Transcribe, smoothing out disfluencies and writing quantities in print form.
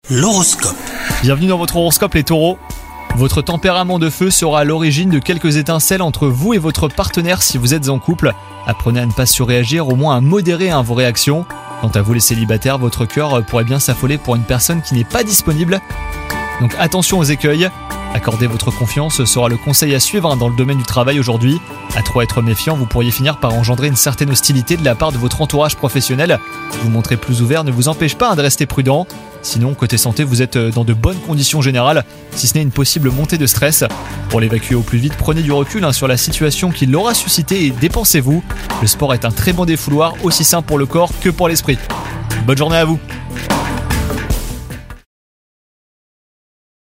L'horoscope. Bienvenue dans votre horoscope les taureaux. Votre tempérament de feu sera à l'origine de quelques étincelles entre vous et votre partenaire si vous êtes en couple. Apprenez à ne pas surréagir, au moins à modérer vos réactions. Quant à vous les célibataires, votre cœur pourrait bien s'affoler pour une personne qui n'est pas disponible. Donc attention aux écueils. Accorder votre confiance sera le conseil à suivre dans le domaine du travail aujourd'hui. À trop être méfiant, vous pourriez finir par engendrer une certaine hostilité de la part de votre entourage professionnel. Vous montrer plus ouvert ne vous empêche pas de rester prudent. Sinon, côté santé, vous êtes dans de bonnes conditions générales, si ce n'est une possible montée de stress. Pour l'évacuer au plus vite, prenez du recul sur la situation qui l'aura suscité et dépensez-vous. Le sport est un très bon défouloir, aussi sain pour le corps que pour l'esprit. Bonne journée à vous.